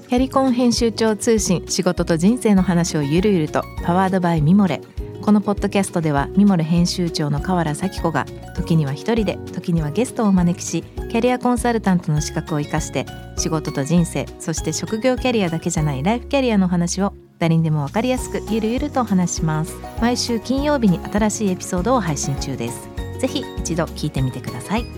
キャリコン編集長通信、仕事と人生の話をゆるゆると、パワードバイミモレ。このポッドキャストではミモレ編集長の河原咲子が時には一人で、時にはゲストをお招きし、キャリアコンサルタントの資格を生かして仕事と人生、そして職業キャリアだけじゃないライフキャリアの話を誰にでも分かりやすくゆるゆるとお話します。毎週金曜日に新しいエピソードを配信中です。ぜひ一度聞いてみてください。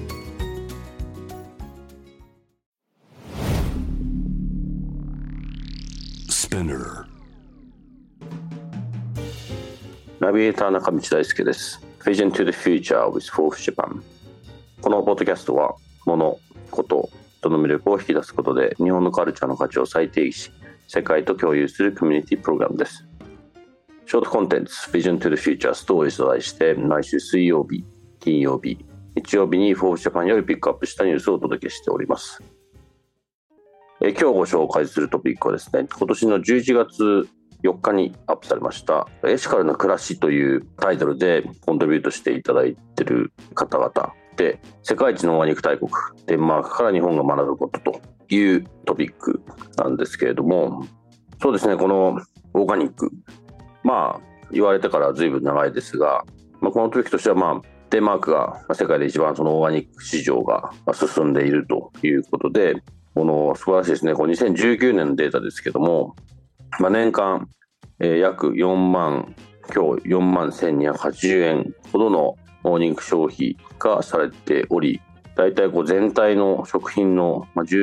ナビゲーター中道大輔です。Vision to the Future with Forbes Japan。 このポッドキャストは物、こと、人の魅力を引き出すことで日本のカルチャーの価値を再定義し、世界と共有するコミュニティプログラムです。ショートコンテンツ Vision to the Future Stories と題して毎週水曜日、金曜日、日曜日に Forbes Japan よりピックアップしたニュースをお届けしております。今日ご紹介するトピックはですね、今年の11月4日にアップされましたエシカルな暮らしというタイトルでコントリビュートしていただいている方々で、世界一のオーガニック大国デンマークから日本が学ぶことというトピックなんですけれども、そうですね、このオーガニック、言われてから随分長いですが、このトピックとしてはデンマークが世界で一番そのオーガニック市場が進んでいるということで、この素晴らしいですね、この2019年のデータですけども、年間、約4万1280円ほどのオーガニック消費がされており、大体全体の食品の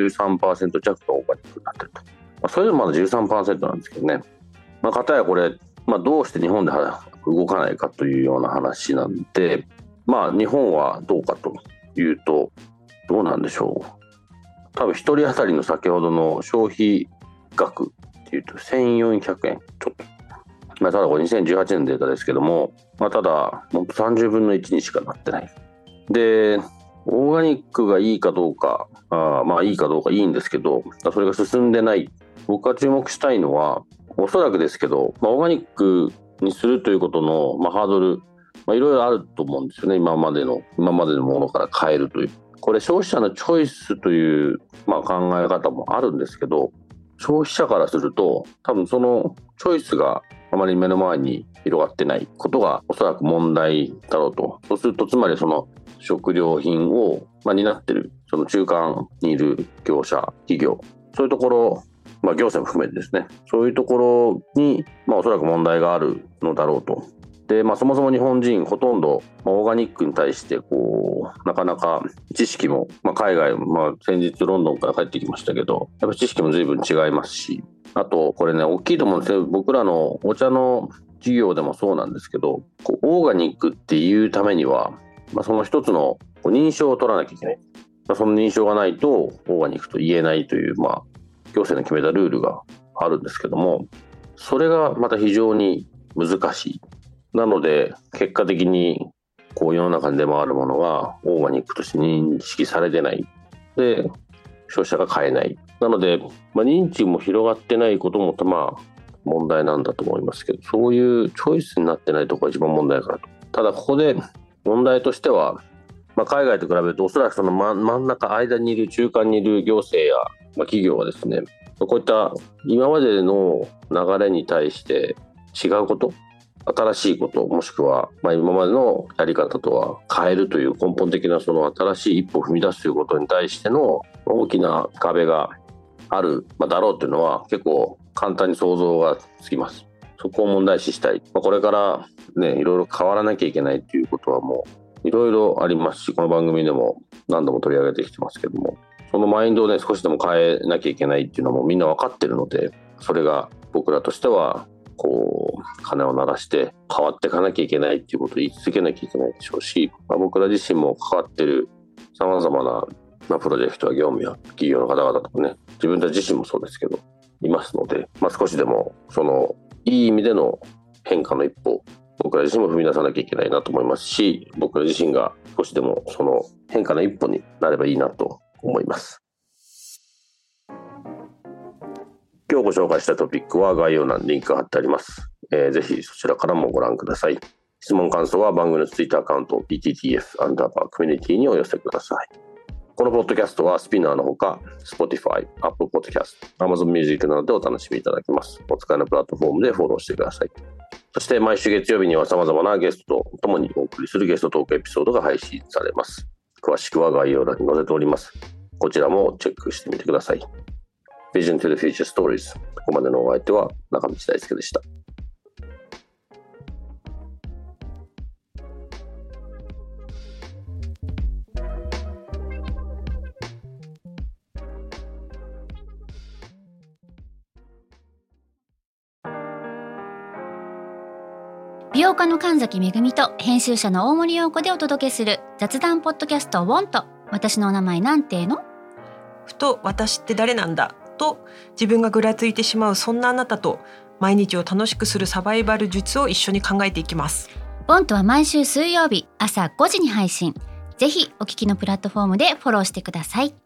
13% 弱がオーガニックになっていると。それでもまだ 13% なんですけどね。かたやこれ、どうして日本で動かないかというような話なんで、日本はどうかというと、どうなんでしょう。多分1人当たりの先ほどの消費額っていうと1400円ちょっと。ただこれ2018年のデータですけども、ただ30分の1にしかなってない。で、オーガニックがいいかどうか、いいかどうかいいんですけど、それが進んでない。僕が注目したいのは、おそらくですけど、オーガニックにするということの、ハードル、いろいろあると思うんですよね。今までのものから変えるという。これ消費者のチョイスという、考え方もあるんですけど、消費者からすると多分そのチョイスがあまり目の前に広がってないことがおそらく問題だろうと。そうするとつまりその食料品を担っているその中間にいる業者、企業、そういうところ、行政も含めてですね、そういうところにおそらく問題があるのだろうと。で、そもそも日本人ほとんどオーガニックに対してなかなか知識も、海外、先日ロンドンから帰ってきましたけど、やっぱ知識も随分違いますし、あとこれね、大きいと思うんですよ。僕らのお茶の事業でもそうなんですけど、オーガニックっていうためには、その一つの認証を取らなきゃいけない。その認証がないとオーガニックと言えないという、行政の決めたルールがあるんですけども、それがまた非常に難しい。なので結果的に世の中に出回るものがオーガニックとして認識されてない。で、消費者が買えない。なので、認知も広がってないことも問題なんだと思いますけど、そういうチョイスになってないところが一番問題かなと。ただここで問題としては、海外と比べるとおそらくその真ん中間にいる中間にいる行政や企業はですね、こういった今までの流れに対して違うこと、新しいこと、もしくは今までのやり方とは変えるという根本的なその新しい一歩を踏み出すということに対しての大きな壁があるだろうというのは結構簡単に想像がつきます。そこを問題視したい。これからね、いろいろ変わらなきゃいけないということはもういろいろありますし、この番組でも何度も取り上げてきてますけども、そのマインドをね、少しでも変えなきゃいけないっていうのもみんな分かってるので、それが僕らとしては鐘を鳴らして変わっていかなきゃいけないっていうことを言い続けなきゃいけないでしょうし、僕ら自身も関わってるさまざまな、プロジェクトや業務や企業の方々とかね、自分たち自身もそうですけどいますので、少しでもそのいい意味での変化の一歩、僕ら自身も踏み出さなきゃいけないなと思いますし、僕ら自身が少しでもその変化の一歩になればいいなと思います。今日ご紹介したトピックは概要欄にリンクが貼ってあります。ぜひそちらからもご覧ください。質問感想は番組のツイッターアカウント PTTF_community にお寄せください。 このポッドキャストはスピナーのほか Spotify、Apple Podcast、Amazon Music などでお楽しみいただけます。お使いのプラットフォームでフォローしてください。そして毎週月曜日には様々なゲストと共にお送りするゲストトークエピソードが配信されます。詳しくは概要欄に載せております。こちらもチェックしてみてください。Vision to the Future Stories。ここまでのお相手は中道大輔でした。 美容家の神崎めぐみと編集者の大森洋子でお届けする雑談ポッドキャストウォンと私のお名前なんていうの？ ふと私って誰なんだと自分がぐらついてしまうそんなあなたと毎日を楽しくするサバイバル術を一緒に考えていきます。 ウォンとは毎週水曜日朝5時に配信。ぜひお聞きのプラットフォームでフォローしてください。